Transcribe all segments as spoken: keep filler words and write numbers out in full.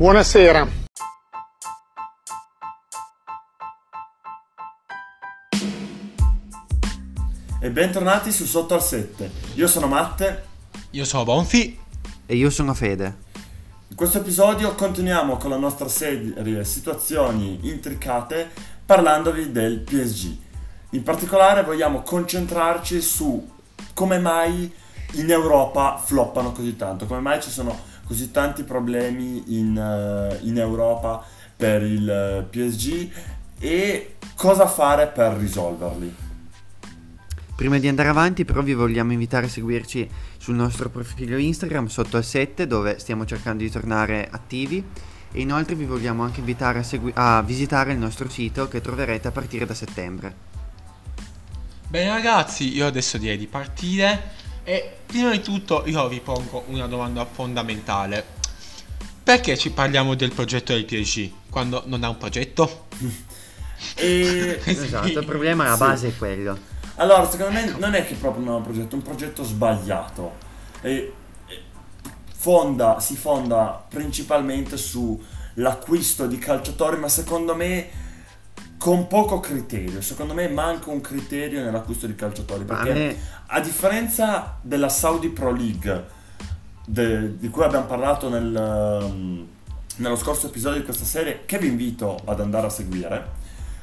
Buonasera. E bentornati su Sotto al sette. Io sono Matte. Io sono Bonfi. E io sono Fede. In questo episodio continuiamo con la nostra serie Situazioni intricate parlandovi del P S G. In particolare vogliamo concentrarci su come mai in Europa floppano così tanto, come mai ci sono così tanti problemi in, uh, in Europa per il P S G e cosa fare per risolverli. Prima di andare avanti però vi vogliamo invitare a seguirci sul nostro profilo Instagram Sotto al sette, dove stiamo cercando di tornare attivi, e inoltre vi vogliamo anche invitare a, segui- a visitare il nostro sito che troverete a partire da settembre. Bene ragazzi, io adesso direi di partire e prima di tutto io vi pongo una domanda fondamentale. Perché ci parliamo del progetto del P S G quando non ha un progetto? E... Esatto, il problema alla Sì. base è quello. Allora, secondo me non è che proprio non è un progetto, è un progetto sbagliato. E, e fonda, si fonda principalmente sull'acquisto di calciatori, ma secondo me con poco criterio. Secondo me manca un criterio nell'acquisto di calciatori, perché me... a differenza della Saudi Pro League, de, di cui abbiamo parlato nel, um, nello scorso episodio di questa serie, che vi invito ad andare a seguire,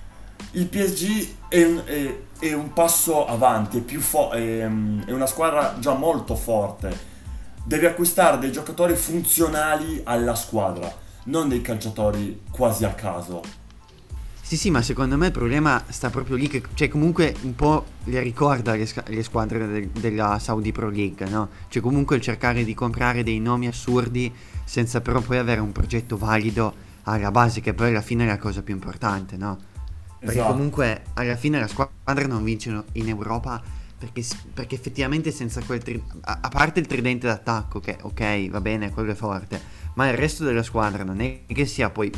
il P S G è un, è, è un passo avanti, è, più fo- è, è una squadra già molto forte. Deve acquistare dei giocatori funzionali alla squadra, non dei calciatori quasi a caso. Sì sì, ma secondo me il problema sta proprio lì, che cioè comunque un po' le ricorda le, sca- le squadre del- della Saudi Pro League, no? Cioè comunque il cercare di comprare dei nomi assurdi senza però poi avere un progetto valido alla base, che poi alla fine è la cosa più importante, no? Perché Esatto. comunque alla fine la squadra non vince in Europa perché, perché effettivamente senza quel tri- a, a parte il tridente d'attacco, che ok, va bene, quello è forte, ma il resto della squadra non è che sia poi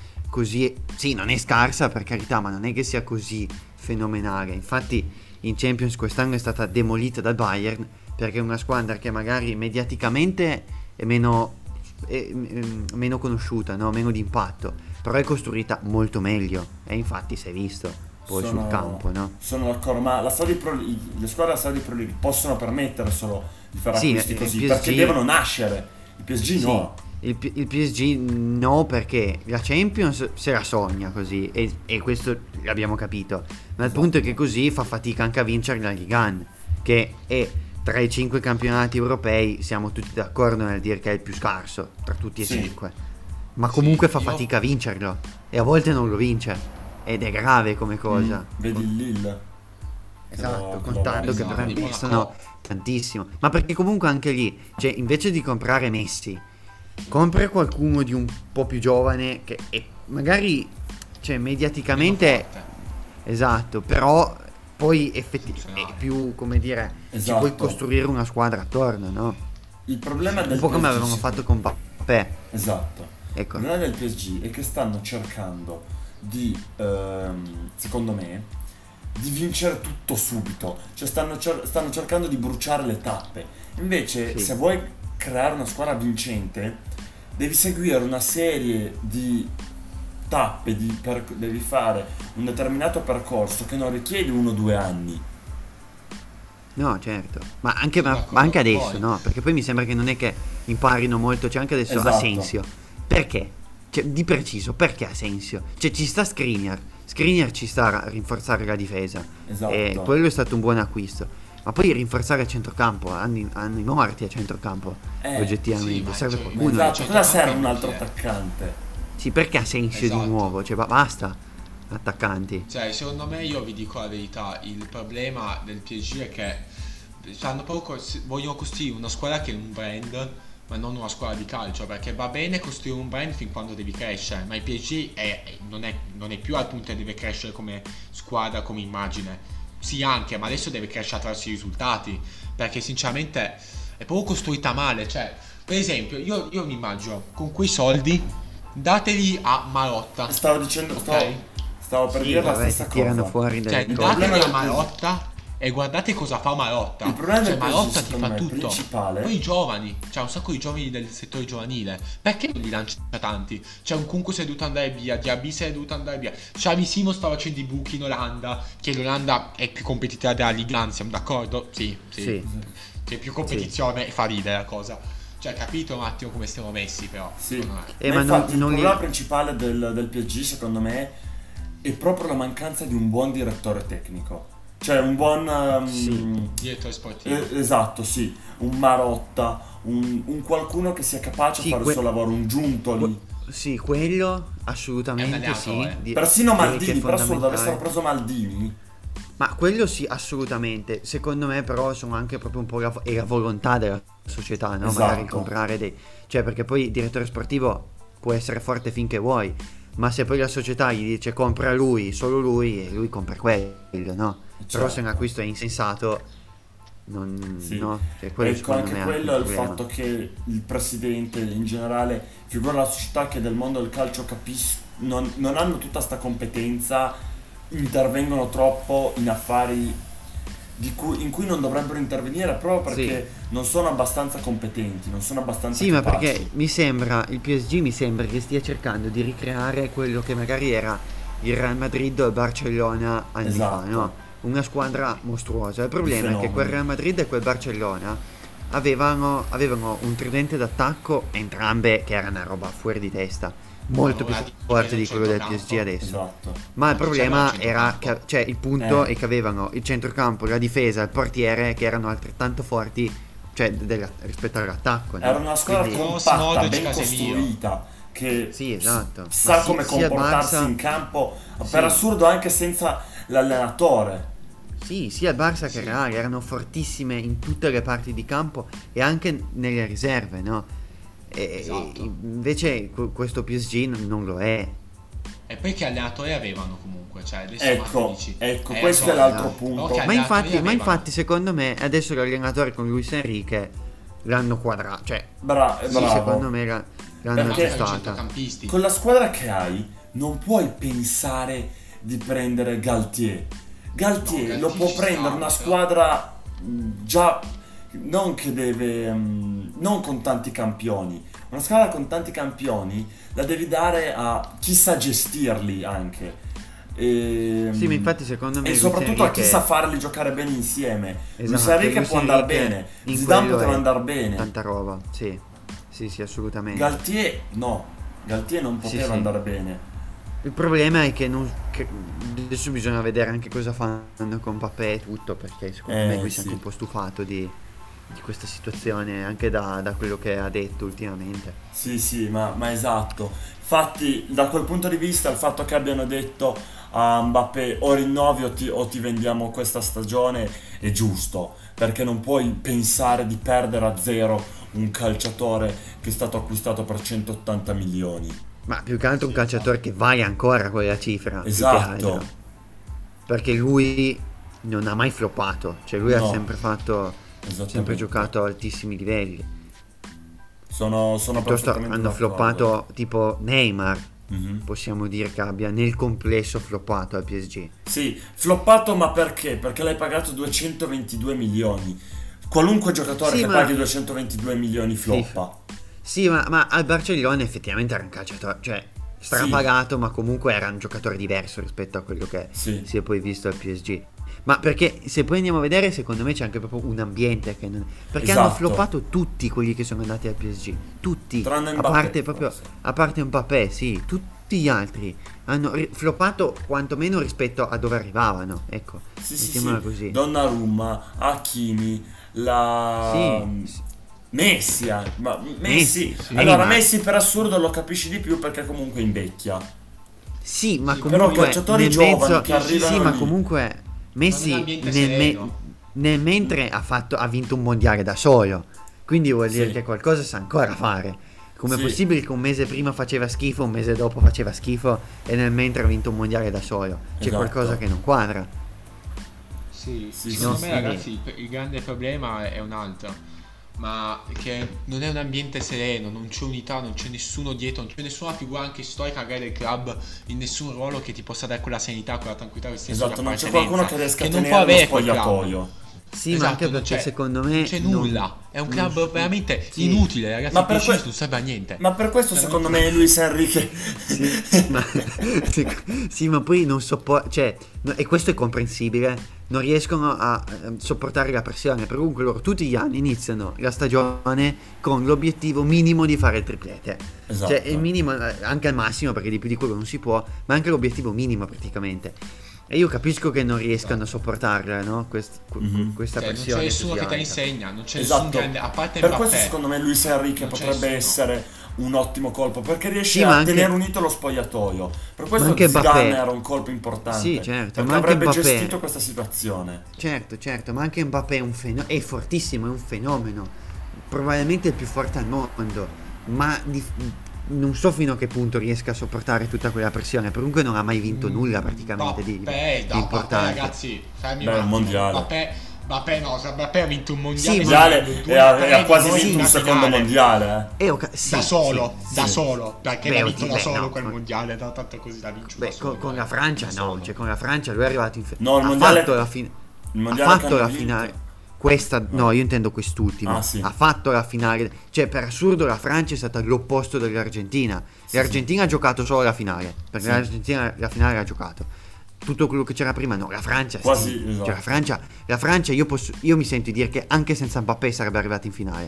così, sì, non è scarsa per carità, ma non è che sia così fenomenale. Infatti in Champions quest'anno è stata demolita dal Bayern perché è una squadra che magari mediaticamente è meno, è, è, meno conosciuta, no? Meno di impatto, però è costruita molto meglio, e infatti si è visto poi Sono- sul campo, no? Sono d'accordo, ma la Saudi Pro League- le squadre della Saudi Pro League possono permettere solo di fare Sì, acquisti il così, P S G perché devono nascere. Il P S G Sì, no. il, P- il P S G no, perché la Champions se la sogna così, e, e questo l'abbiamo capito, ma il punto è che così fa fatica anche a vincere la Ligue uno, che è tra i cinque campionati europei, siamo tutti d'accordo nel dire che è il più scarso tra tutti e Sì. cinque, ma comunque Sì, fa io- fatica a vincerlo e a volte non lo vince, ed è grave come cosa. Mm, vedi il Lille. Esatto, Che lo- contando che esatto, veramente di sono Monaco. tantissimo. Ma perché comunque anche lì, cioè invece di comprare Messi, compra qualcuno di un po' più giovane che è magari, cioè mediaticamente, Meno forte. esatto, però poi effettivamente è Funzionale. più, come dire, ci Esatto. puoi costruire una squadra attorno, no? Il problema del Un po' come P S G, avevano fatto con Mbappé. Esatto. Ecco. Il problema del P S G è che stanno cercando di, ehm, secondo me, di vincere tutto subito. Cioè stanno, cer- stanno cercando di bruciare le tappe. Invece, Sì. se vuoi creare una squadra vincente, devi seguire una serie di tappe, di per- devi fare un determinato percorso che non richiede uno o due anni. No, certo, ma anche, ma- D'accordo, ma anche adesso, poi. no? Perché poi mi sembra che non è che imparino molto, c'è anche adesso Esatto. Asensio. Perché? Cioè, di preciso, perché Asensio? Cioè, ci sta Skriniar, Skriniar ci sta a rinforzare la difesa, Esatto. e quello è stato un buon acquisto. Ma poi rinforzare il centrocampo, hanno, hanno i morti a centrocampo, Eh, oggettivamente, sì, ma serve c'è- qualcuno. Esatto, Cioè, cosa serve anche un altro inutile. attaccante? Sì, perché Asensio Esatto. di nuovo? Cioè, ba- basta, attaccanti. Cioè, secondo me, io vi dico la verità, il problema del P S G è che stanno proprio, vogliono costruire una squadra che è un brand, ma non una squadra di calcio, perché va bene costruire un brand fin quando devi crescere, ma il P S G è- è- non, è, non è più al punto che deve crescere come squadra, come immagine. Sì, anche, ma adesso deve crescere attraverso i risultati, perché sinceramente è proprio costruita male. Cioè, per esempio, io, io mi immagino, con quei soldi dateli a Marotta. Stavo dicendo, stavo, Ok. stavo per Sì, dire la vabbè, stessa ti tirano cosa. fuori Cioè, dai problema dateli a del- Marotta E guardate cosa fa Marotta. Il problema Cioè è questo, Marotta ti secondo fa me, tutto. principale. Poi i giovani, c'è un sacco di giovani del settore giovanile. Perché non li lancia tanti? C'è un Kunku se è dovuto andare via, Diaby se è dovuto andare via. Xavi Simons sta facendo i buchi in Olanda, che l'Olanda è più competitiva della Ligue uno, siamo d'accordo? Sì, sì. Sì. C'è più competizione e fa ridere la cosa. Cioè, capito un attimo come stiamo messi, però. Sì, secondo me. Eh, ma ma non- infatti non il li- problema principale del, del P S G secondo me è proprio la mancanza di un buon direttore tecnico. Cioè un buon... ehm, Sì. Direttore sportivo. eh, esatto, sì, un Marotta, un, un qualcuno che sia capace Sì, a fare que- il suo lavoro, un Giuntoli. Sì, quello È assolutamente un sì. allenatore. di- Persino direi che Maldini, è per assurdo avessero fondamentale. preso Maldini. Ma quello sì, assolutamente. Secondo me però sono anche proprio un po' la, è la volontà della società, no? Esatto. Magari comprare dei... Cioè, perché poi il direttore sportivo può essere forte finché vuoi, ma se poi la società gli dice compra lui, solo lui, e lui compra quello, no? Però se un Certo. acquisto è insensato, non... Sì. no? Cioè, quello Ecco, secondo anche me è quello è anche il un problema. fatto che il presidente in generale, figura la società che del mondo del calcio capisce, non, non hanno tutta sta competenza, intervengono troppo in affari di cui- in cui non dovrebbero intervenire proprio perché non sono abbastanza competenti, non sono abbastanza Sì, ma capaci. perché mi sembra, il P S G mi sembra che stia cercando di ricreare quello che magari era il Real Madrid o il Barcellona anni Esatto. fa, no? Una squadra mostruosa. Il problema è che fenomeni. quel Real Madrid e quel Barcellona avevano, avevano un tridente d'attacco, entrambe che era una roba fuori di testa, molto più Una di- forte di del quello del P S G centrocampo. adesso. Esatto. Ma il Ma chi problema c'era il era centrocampo? che, cioè il punto Eh. è che avevano il centrocampo, la difesa, il portiere che erano altrettanto forti, cioè della- rispetto all'attacco, no? Era una squadra Quindi- Cross, compatta, Modric, ben Casemiro. costruita, che Sì, esatto. s- sa Ma sì- come sia il comportarsi Barça- in campo, Sì. per assurdo anche senza l'allenatore. Sì, sia il Barça che Sì. il Real erano fortissime in tutte le parti di campo e anche nelle riserve, no? E Esatto. invece que- questo P S G n- non lo è. E poi che allenatori avevano comunque, cioè adesso Ecco, Marco dici, ecco, eh, questo so, è l'altro no, punto. però che Ma allenatori infatti, ma avevano? infatti secondo me adesso l'allenatore con Luis Enrique l'hanno quadrato, cioè Bra- sì, bravo. secondo me la- l'hanno Perché- Anche i aggiustata. centrocampisti. Con la squadra che hai non puoi pensare di prendere Galtier. Galtier No, lo Galtier può ci prendere sta, una però. squadra mh, già non che deve mh, non con tanti campioni. Una squadra con tanti campioni la devi dare a chi sa gestirli anche. E, Sì, ma infatti secondo me e Luis soprattutto a chi Enrique- sa farli giocare bene insieme. Luis Esatto, Enrique Luis può andare Enrique bene, in Zidane quello poteva è andare bene. Tanta roba, sì. Sì, sì, assolutamente. Galtier no, Galtier non Sì, poteva sì. andare bene. Il problema è che, non, che adesso bisogna vedere anche cosa fanno con Papè e tutto, perché secondo Eh, me lui si è sì. anche un po' stufato di, di questa situazione, anche da, da quello che ha detto ultimamente. Sì, sì, ma, ma esatto. Infatti, da quel punto di vista, il fatto che abbiano detto a Mbappé o rinnovi o ti, o ti vendiamo questa stagione è giusto, perché non puoi pensare di perdere a zero un calciatore che è stato acquistato per centottanta milioni. Ma più che altro un calciatore che vale ancora quella cifra. più che Esatto. altro. Perché lui non ha mai floppato, cioè lui No. ha sempre fatto, Esattamente. sempre giocato a altissimi livelli. Sono, sono Piuttosto perfettamente hanno d'accordo. floppato tipo Neymar, Mhm. possiamo dire che abbia nel complesso floppato al P S G. Sì, floppato, ma perché? Perché l'hai pagato duecentoventidue milioni. Qualunque giocatore Sì, che ma- paghi duecentoventidue milioni floppa. Sì, ma, ma al Barcellona effettivamente era un calciatore, cioè strapagato, ma comunque era un giocatore diverso rispetto a quello che Sì. si è poi visto al P S G. Ma perché se poi andiamo a vedere, secondo me c'è anche proprio un ambiente che non... Perché hanno Esatto. floppato tutti quelli che sono andati al P S G. Tutti. Tranne a Mbappé, parte proprio... forse. A parte un Mbappé, sì. Tutti gli altri hanno ri- floppato quantomeno rispetto a dove arrivavano. Ecco. Sì, sì, mettiamola sì. così. Donnarumma, Hakimi, la... Sì, sì. Messi, eh, ma Messi, Messi, sì. allora Neymar. Messi per assurdo lo capisci di più perché comunque invecchia. Sì, ma Sì, però comunque calciatori nel giovani mezzo, che arrivano sì, ma lì. comunque Messi Non è un ambiente nel, me- sereno. nel mentre ha, fatto, ha vinto un mondiale da solo, quindi vuol dire Sì. che qualcosa sa ancora fare. Com'è Sì. possibile che un mese prima faceva schifo, un mese dopo faceva schifo e nel mentre ha vinto un mondiale da solo? C'è Esatto. qualcosa che non quadra. Sì, Sì, secondo sì, me sì. ragazzi il, il grande problema è un altro. ma che non è un ambiente sereno, non c'è unità, non c'è nessuno dietro, non c'è nessuna figura anche storica magari del club in nessun ruolo che ti possa dare quella serenità, quella tranquillità, quel senso Esatto, di non c'è appartenenza qualcuno che riesca che a non tenere può lo avere quel club. spogliatoio. Sì, Esatto, ma anche non perché c'è- secondo me non c'è non- nulla, è un club non- veramente sì. inutile, ragazzi. Ma Ma per per que- non serve a niente. Ma per questo secondo me Luis Enrique ma, sì, ma poi non sopporto, cioè, no- e questo è comprensibile, non riescono a, a sopportare la pressione, perché comunque loro tutti gli anni iniziano la stagione con l'obiettivo minimo di fare il triplete. Esatto. Cioè, il minimo, eh, anche al massimo, perché di più di quello non si può, ma anche l'obiettivo minimo praticamente. E io capisco che non riescano a sopportarla, no? Quest- que- Mhm. questa Cioè, non c'è pressione. nessuno così che te la alta. insegna, non c'è Esatto. nessun grande, a parte Per Mbappé. questo secondo me Luis Enrique Non c'è potrebbe nessuno. essere un ottimo colpo, perché riesce Sì, ma a anche- tenere unito lo spogliatoio. Per questo anche Zidane Mbappé. era un colpo importante. Sì, certo, perché ma anche avrebbe Mbappé. gestito questa situazione. Certo, certo, ma anche Mbappé è un fenomeno, è fortissimo, è un fenomeno, probabilmente il più forte al mondo, ma di- non so fino a che punto riesca a sopportare tutta quella pressione, comunque non ha mai vinto nulla praticamente di, Mbappé, di da Mbappé, importante. ragazzi, fermi Beh, un un attimo. mondiale. Mbappé, Mbappé no, se Mbappé ha vinto un mondiale. Sì, sì, Mondiale, due, e ha, tre e ha quasi di vinto un una secondo finale. mondiale. eh. E oca- sì, Da solo, sì, da sì. solo, perché Beh, l'ha vinto da beh, solo no, quel con- mondiale, da- tanto così l'ha vinto Beh, da solo. con, con eh. la Francia Da no, solo. cioè con la Francia lui è arrivato in No, il ha mondiale- fatto la fine Il ha mondiale che fatto hanno la vinto. finale. Questa, no, io intendo quest'ultima. Ah, sì. Ha fatto la finale. Cioè, per assurdo, la Francia è stata l'opposto dell'Argentina. Sì, L'Argentina ha giocato solo la finale. Perché Sì. l'Argentina la finale l'ha giocato. Tutto quello che c'era prima, no. La Francia, Quasi, sì. esatto. Cioè, la Francia, la Francia io, posso, io mi sento di dire che anche senza Mbappé sarebbe arrivata in finale.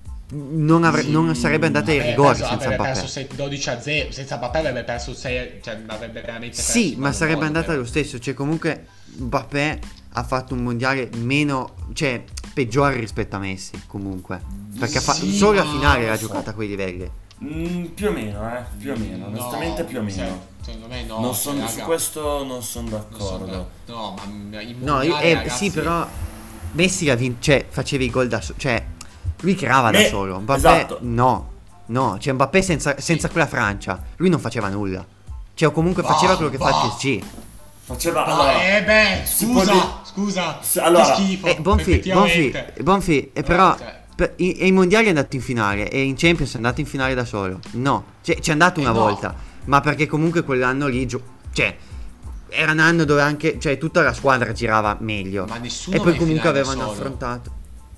Non, avre- non sarebbe andata ai Avrebbe rigori perso- senza avrebbe Mbappé. perso sei- dodici a zero, senza Mbappé avrebbe perso sei, cioè avrebbe veramente perso Sì, in ma modo sarebbe modo, andata però. lo stesso. Cioè, comunque, Mbappé ha fatto un mondiale meno, cioè, peggiore rispetto a Messi. Comunque, perché ha fa- Sì, solo la ma finale l'ha non so. giocata a quei livelli. Mm, più o meno, eh. Più o meno. No, Onestamente, più o meno. cioè, secondo me no. non cioè, sono, su raga, questo non sono non sono d'accordo. da- No, ma il No, io- mondiale, eh, ragazzi, sì, però Messi ha vinto, cioè, faceva i gol da solo. Cioè, lui creava da Me- solo. Mbappé, esatto. no, no. Cioè, Mbappé senza, senza quella Francia, lui non faceva nulla. Cioè, o comunque Bah, faceva quello che fa bah. il P S G. Faceva Ah, allora, eh beh, si può scusa, dire- scusa, Sì, allora- che schifo, Eh, Bonfi, Bonfi, effettivamente. Bonfi, e però cioè- per- i- e i mondiali è andato in finale e in Champions è andato in finale da solo. No, cioè, c'è andato una Eh, no. volta, ma perché comunque quell'anno lì, gio- cioè, era un anno dove anche, cioè, tutta la squadra girava meglio. Ma nessuno E poi va in comunque finale da avevano solo. affrontato.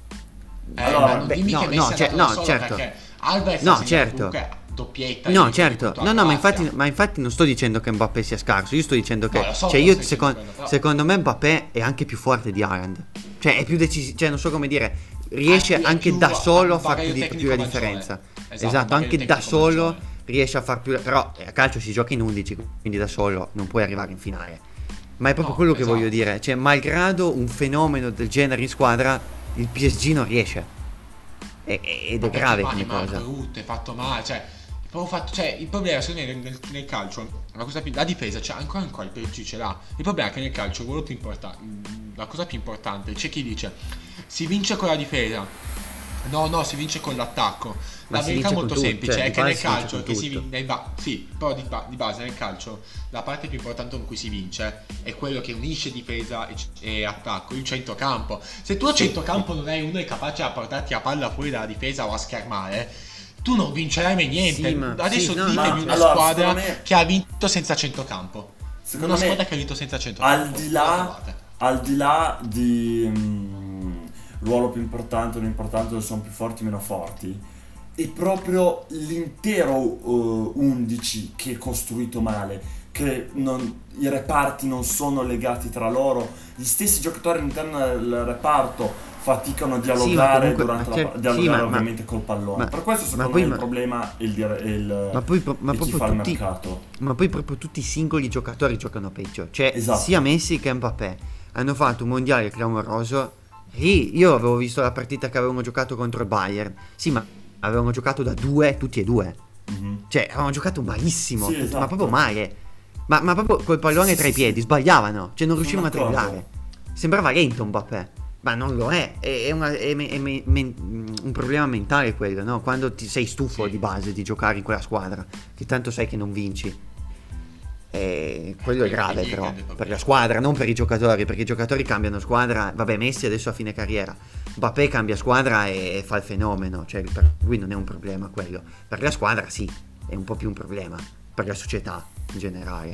Eh, Allora, ma non beh, dimmi no, che Messi no, è cioè- andato da no, solo, certo. perché Alves No, ha segnato certo. comunque doppietta No, di- certo. contro No, la no, ma Croazia. infatti, ma infatti non sto dicendo che Mbappé sia scarso. Io sto dicendo che, No, lo so, cioè, lo io stai secondo, dicendo, però- secondo me Mbappé è anche più forte di Haaland. Cioè, è più decisivo, cioè, non so come dire, riesce Ah, è anche più- da solo ha a un far più, bagaglio di, tecnico più la maggiore. differenza. Esatto, Esatto, un bagaglio anche da tecnico solo maggiore. riesce a far più. Però eh, a calcio si gioca in undici, quindi da solo non puoi arrivare in finale. Ma è proprio No, quello che esatto. voglio dire. Cioè, malgrado un fenomeno del genere in squadra, il P S G non riesce. E- e- ed è Ma grave perché come mani, cosa. Ma brutto, è fatto male, cioè, è proprio fatto, cioè, il problema secondo me nel, nel calcio, la cosa più, la difesa, cioè, ancora ancora il P S G ce l'ha. Il problema è che nel calcio il ruolo più importante, la cosa più importante, c'è chi dice, si vince con la difesa. No, no, si vince con l'attacco. Ma La si verità è vince molto con tutto, semplice, cioè, è di che nel base si vince calcio con che si tutto. vince, nel ba- sì, però di, ba- di base nel calcio la parte più importante con cui si vince è quello che unisce difesa e, e attacco, il centrocampo. Se tu a centrocampo non hai uno che è capace a portarti la palla fuori dalla difesa o a schermare, tu non vincerai mai niente. Sì, ma- Adesso sì, no, ditemi ma- una allora, squadra secondo me- che ha vinto senza centrocampo. Secondo Una me, squadra che ha vinto senza centrocampo. al di là, al di là di mm, ruolo più importante o non importante, dove sono più forti o meno forti, è proprio l'intero uh, undici che è costruito male, che non- i reparti non sono legati tra loro, gli stessi giocatori all'interno del reparto faticano a dialogare comunque- durante ma la cer- pa- dialogare sì, ma- ovviamente col pallone. ma- Per questo ma secondo poi me ma- il problema è il, dire- è il, Ma poi, pro- ma è chi proprio fa il tutti, mercato. ma poi proprio tutti i singoli giocatori giocano peggio. Cioè, Esatto. sia Messi che Mbappé hanno fatto un mondiale clamoroso. Sì, io avevo visto la partita che avevano giocato contro il Bayern. Sì, ma avevano giocato da due, tutti e due. Mhm. Cioè, avevano giocato malissimo, Sì, tutti- esatto. ma proprio male. Ma, ma proprio col pallone Sì, tra i sì, piedi, sì. sbagliavano. Cioè, non Sono riuscivano a d'accordo. triplare. Sembrava lento Mbappé. Ma non lo è, è, è una- è me- è me- men- un problema mentale quello, no? Quando ti sei stufo Sì. di base di giocare in quella squadra, che tanto sai che non vinci. E quello è Quello grave lì però, grande problema. per la squadra, non per i giocatori, perché i giocatori cambiano squadra. Vabbè, Messi adesso a fine carriera, Mbappé cambia squadra e fa il fenomeno, cioè per lui non è un problema quello, per la squadra sì, è un po' più un problema, per la società in generale.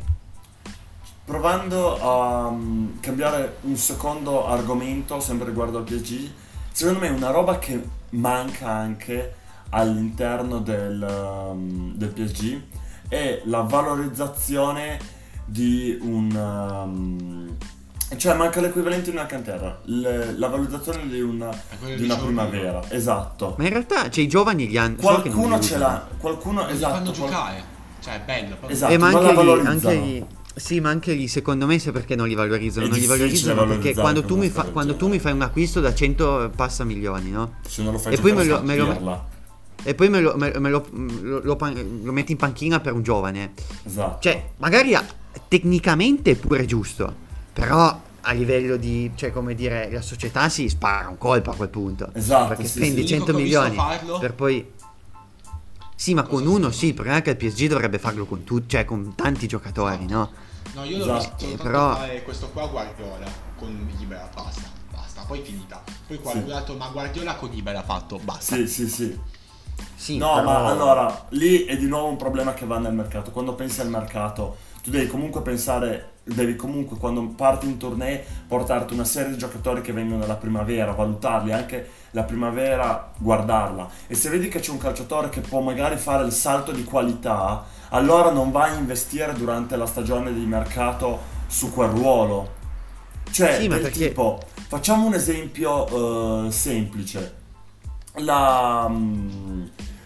Provando a um, cambiare un secondo argomento, sempre riguardo al P S G, secondo me una roba che manca anche all'interno del, um, del P S G è la valorizzazione di un... Um, cioè manca l'equivalente di una cantera, le, la valorizzazione di una, di una primavera, esatto. Ma in realtà, cioè, i giovani li hanno... Qualcuno ce l'ha, qualcuno, non esatto. fanno qual- giocare, cioè è bello. Però. Esatto, Eh, ma non la anche lì, valorizzano. anche lì, sì, ma anche lì secondo me sai perché non li valorizzano? È Non li difficile valorizzano perché valorizzare quando per tu, una mi fa- storia del quando tu genere. mi fai un acquisto da cento passa milioni, no? Se non lo fai E poi giocare, me lo- me lo- scambiarla. E poi me lo, me- me lo- lo- lo pan- lo metti in panchina per un giovane. Esatto. Cioè, magari ah, tecnicamente è pure giusto, però a livello di, cioè come dire, la società si spara un colpo a quel punto. Esatto, Perché sì, spendi sì. cento L'unico che ho milioni visto farlo- per poi... Sì, ma con Cosa uno sto sì, il problema è che il P S G dovrebbe farlo con tutti, cioè con tanti giocatori, no? No, io l'ho Esatto. visto soltanto Però- fare questo qua Guardiola con Ibra, basta, basta, poi finita. Poi qualcun altro, ma Guardiola con Ibra ha fatto, basta. Sì, sì, sì. Sì, No, però- ma allora, lì è di nuovo un problema che va nel mercato. Quando pensi al mercato, tu devi comunque pensare, devi comunque quando parti in tournée portarti una serie di giocatori che vengono nella primavera, valutarli anche la primavera, guardarla. E se vedi che c'è un calciatore che può magari fare il salto di qualità, allora non vai a investire durante la stagione di mercato su quel ruolo. Cioè, Sì, ma del perché- tipo, facciamo un esempio eh, semplice. La mm,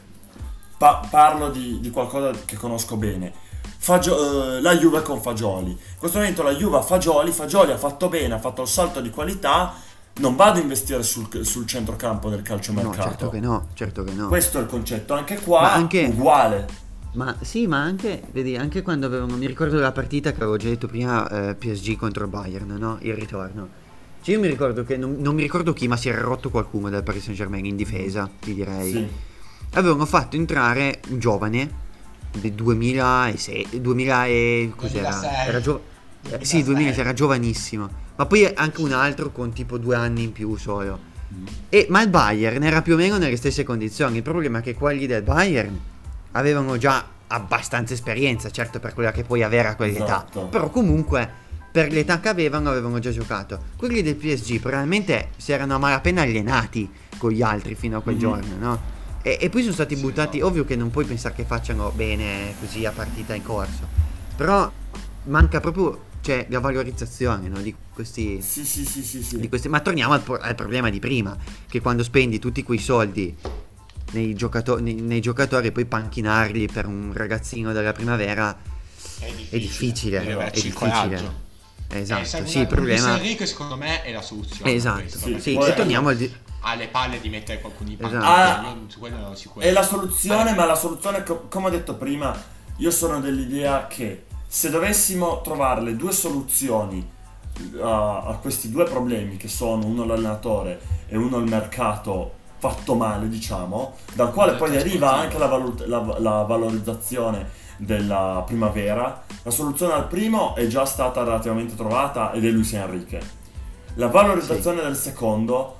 pa- parlo di, di qualcosa che conosco bene. Fagio- eh, la Juve con Fagioli. In questo momento la Juve ha Fagioli, Fagioli ha fatto bene, ha fatto il salto di qualità. Non vado a investire sul, sul centrocampo del No, calciomercato. certo che no, certo che no. Questo è il concetto. Anche qua, Ma anche- uguale. Ma sì, ma anche, vedi, anche quando avevano, mi ricordo la partita che avevo già detto prima, eh, P S G contro il Bayern, no? Il ritorno. Cioè io mi ricordo che, non, non mi ricordo chi, ma si era rotto qualcuno del Paris Saint-Germain in difesa, ti direi. Sì. Avevano fatto entrare un giovane del duemilasei, duemila e cos'era? duemilasei. Era gio- eh, sì, duemilasei, era giovanissimo. Ma poi anche un altro con tipo due anni in più solo. E, ma il Bayern era più o meno nelle stesse condizioni. Il problema è che quelli del Bayern avevano già abbastanza esperienza, certo per quella che puoi avere a quell'età, Esatto. però comunque per l'età che avevano avevano già giocato. Quelli del P S G probabilmente si erano a malapena allenati con gli altri fino a quel Mhm. giorno, no? E, e poi sono stati Sì, buttati, no. ovvio che non puoi pensare che facciano bene così a partita in corso, però manca proprio, cioè, la valorizzazione, no? Di questi... Sì, sì, sì, sì, sì. Di questi, ma torniamo al, pro- al problema di prima, che quando spendi tutti quei soldi nei, giocato- nei, nei giocatori, poi panchinarli per un ragazzino della primavera È è difficile, Deve è averci il difficile. coraggio. Esatto, Eh, serve sì, una- il problema... Luis Enrique secondo me è la soluzione. a Esatto, questo, Sì, perché sì, poi- se torniamo al... di- ha le palle di mettere qualcuno in Esatto. panchina. Ah, io su quello non sicuro. È la soluzione, ma la soluzione, co- come ho detto prima, io sono dell'idea che se dovessimo trovare le due soluzioni uh, a questi due problemi, che sono uno l'allenatore e uno il mercato fatto male, diciamo, dal quale poi Mercato deriva sportivo. anche la, valut- la- la valorizzazione della primavera, la soluzione al primo è già stata relativamente trovata ed è Luis Enrique. La valorizzazione del secondo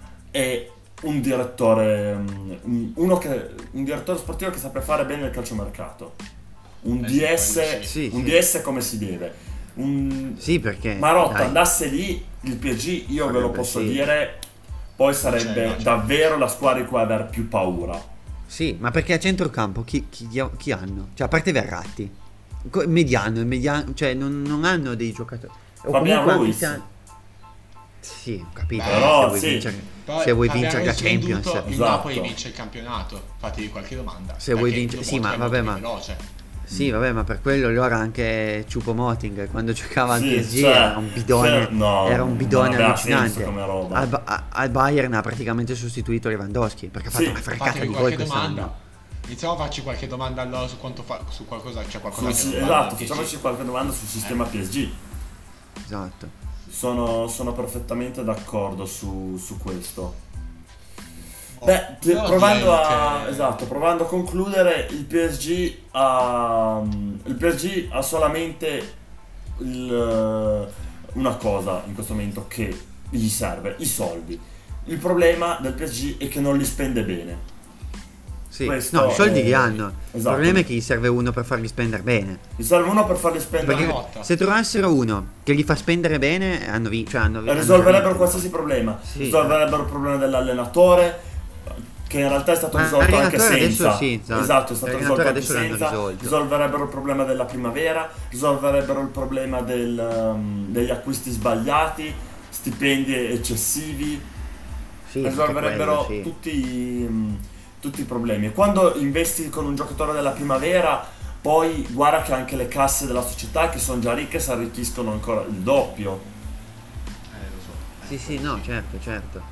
è un direttore, um, uno che, un direttore sportivo che sappia fare bene il calciomercato, un Eh sì, D S, quello sì. un Sì, D S come si deve. Un Sì, perché... Marotta dai, andasse lì, il P S G, io ve lo Sarebbe, posso sì. dire, poi sarebbe Cioè, no, cioè. davvero la squadra di cui aver più paura. Sì, ma perché a centrocampo chi, chi, chi hanno? Cioè, a parte Verratti, co- mediano, il mediano, cioè non, non hanno dei giocatori. O Fabian comunque anche Ruiz. se han- Sì, ho capito. Beh, se però, vuoi sì. vincere, Però se vuoi abbiamo vincere la Champions, svenduto, il Esatto. Napoli vince il campionato. Fatevi qualche domanda. Se vuoi perché vincere- lo sì, ma Monza è vabbè, molto ma- veloce. sì, vabbè, ma per quello allora anche Choupo-Moting quando giocava al Sì, P S G cioè, era un bidone, cioè, no, era un bidone non aveva allucinante. senso come roba. Al, Ba- a- al Bayern ha praticamente sostituito Lewandowski perché ha fatto Sì, una frecata Fatevi di gol qualche quest'anno. domanda. Iniziamo a farci qualche domanda allora su quanto fa, su qualcosa, c'è qualcosa Sul- che sì, non va esatto, nel P S G. facciamoci qualche domanda sul sistema P S G. Esatto. Sono, sono perfettamente d'accordo su, su questo. Oh, Beh, ti- però provando direi a, che- esatto, provando a concludere, il P S G ha, il P S G ha solamente il- una cosa in questo momento che gli serve, i soldi. Il problema del P S G è che non li spende bene. Sì. Questo No, i soldi è- li hanno. Esatto. Il problema è che gli serve uno per farli spendere bene. Gli serve uno per farli spendere Perché lotta. se trovassero uno che li fa spendere bene, hanno vinto. Cioè hanno, hanno risolverebbero vinto. qualsiasi problema. Sì. Risolverebbero il problema dell'allenatore, che in realtà è stato Ma risolto anche l'allenatore adesso senza. sì, esatto. Esatto, è stato risolto L'allenatore anche adesso l'hanno senza. risolto. Risolverebbero il problema della primavera, risolverebbero il problema del, um, degli acquisti sbagliati, stipendi eccessivi, Sì, anche risolverebbero quello, sì. tutti, um, tutti i problemi. E quando investi con un giocatore della primavera, poi guarda che anche le casse della società, che sono già ricche, si arricchiscono ancora il doppio. Eh, lo so. Sì, sì, no, certo, certo.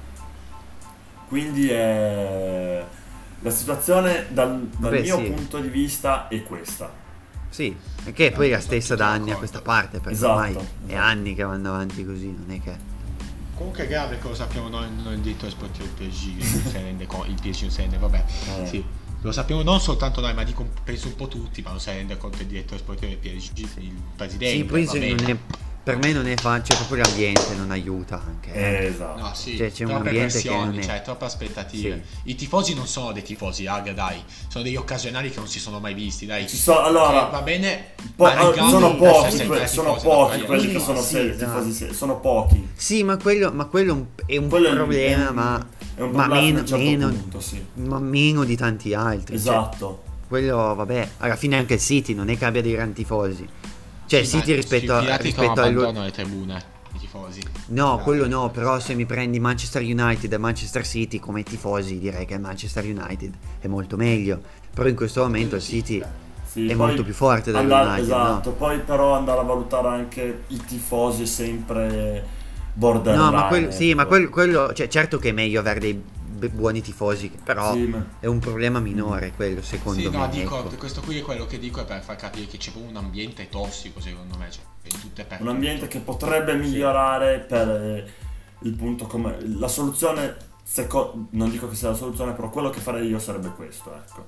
Quindi è... la situazione dal, dal Beh, mio sì. punto di vista è questa. Sì, e che è poi la Sono stessa tutti da anni a d'accordo. questa parte, perché Esatto, ormai è esatto. anni che vanno avanti così, non è che... Comunque è grave che lo sappiamo noi, non il direttore sportivo del P S G, che non si rende conto, il P S G non si rende, vabbè, Eh. sì. Lo sappiamo non soltanto noi, ma dico, penso un po' tutti, ma non si rende conto il direttore sportivo del P S G, il presidente, Sì, poi va se bene. non è, per me non è facile, proprio l'ambiente non aiuta anche. Eh, esatto. No, sì, Cioè, c'è un troppe ambiente che pressioni, non è- cioè, troppe aspettative. Sì. I tifosi non sono dei tifosi, raga, dai. Sono degli occasionali che non si sono mai visti, dai. Ci sono, allora, Che va bene, po- ma allora, Rigani sono deve pochi, essere que- tra i sono tifosi da pochi fare. quelli Sì, che sono sì, seri, esatto. tifosi seri, sono pochi. Sì, ma quello, ma quello è un- è un Quello è- problema, è un- ma, è un ma problema fino a meno, un certo meno- punto, sì. ma meno di tanti altri. cioè, Esatto. quello, vabbè, alla fine anche il City non è che abbia dei gran tifosi. Cioè, il Sì, City ma rispetto, a, sui pirati rispetto che al... abbandonano le tribune, i tifosi. No, Ah, quello no, però se mi prendi Manchester United e Manchester City come tifosi direi che Manchester United è molto meglio. Però in questo momento il City Sì, è poi molto più forte del andare- United, esatto, no? poi però andare a valutare anche i tifosi è sempre borderline. No, ma, quel- sì, ma ecco. quel- quello, cioè, certo che è meglio avere dei b- buoni tifosi, però Sì, ma- è un problema minore quello secondo Sì, me. no, dico, ecco. questo qui è quello che dico è per far capire che c'è proprio un ambiente tossico, secondo me, cioè, in tutte per Un ambiente che potrebbe migliorare per eh, il punto come la soluzione, seco- non dico che sia la soluzione, però quello che farei io sarebbe questo, ecco.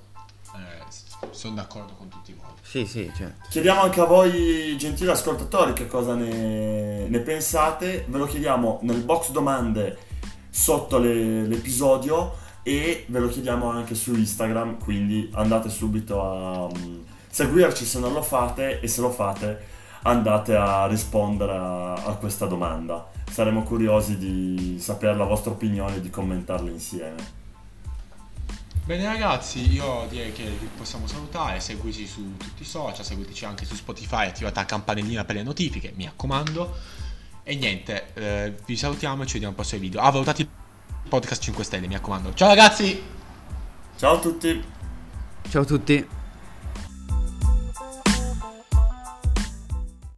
Eh, sono d'accordo con tutti voi. Sì, sì, certo. Chiediamo anche a voi, gentili ascoltatori, che cosa ne, ne pensate. Ve lo chiediamo nel box domande sotto le- l'episodio e ve lo chiediamo anche su Instagram, quindi andate subito a mm, seguirci se non lo fate, e se lo fate andate a rispondere a, a questa domanda. Saremo curiosi di sapere la vostra opinione e di commentarla insieme. Bene ragazzi, io direi che vi possiamo salutare, seguiteci su tutti i social, seguiteci anche su Spotify, attivate la campanellina per le notifiche, mi raccomando. E niente, eh, vi salutiamo e ci vediamo al prossimo video. Ah, valutate il podcast cinque stelle, mi raccomando. Ciao ragazzi! Ciao a tutti! Ciao a tutti.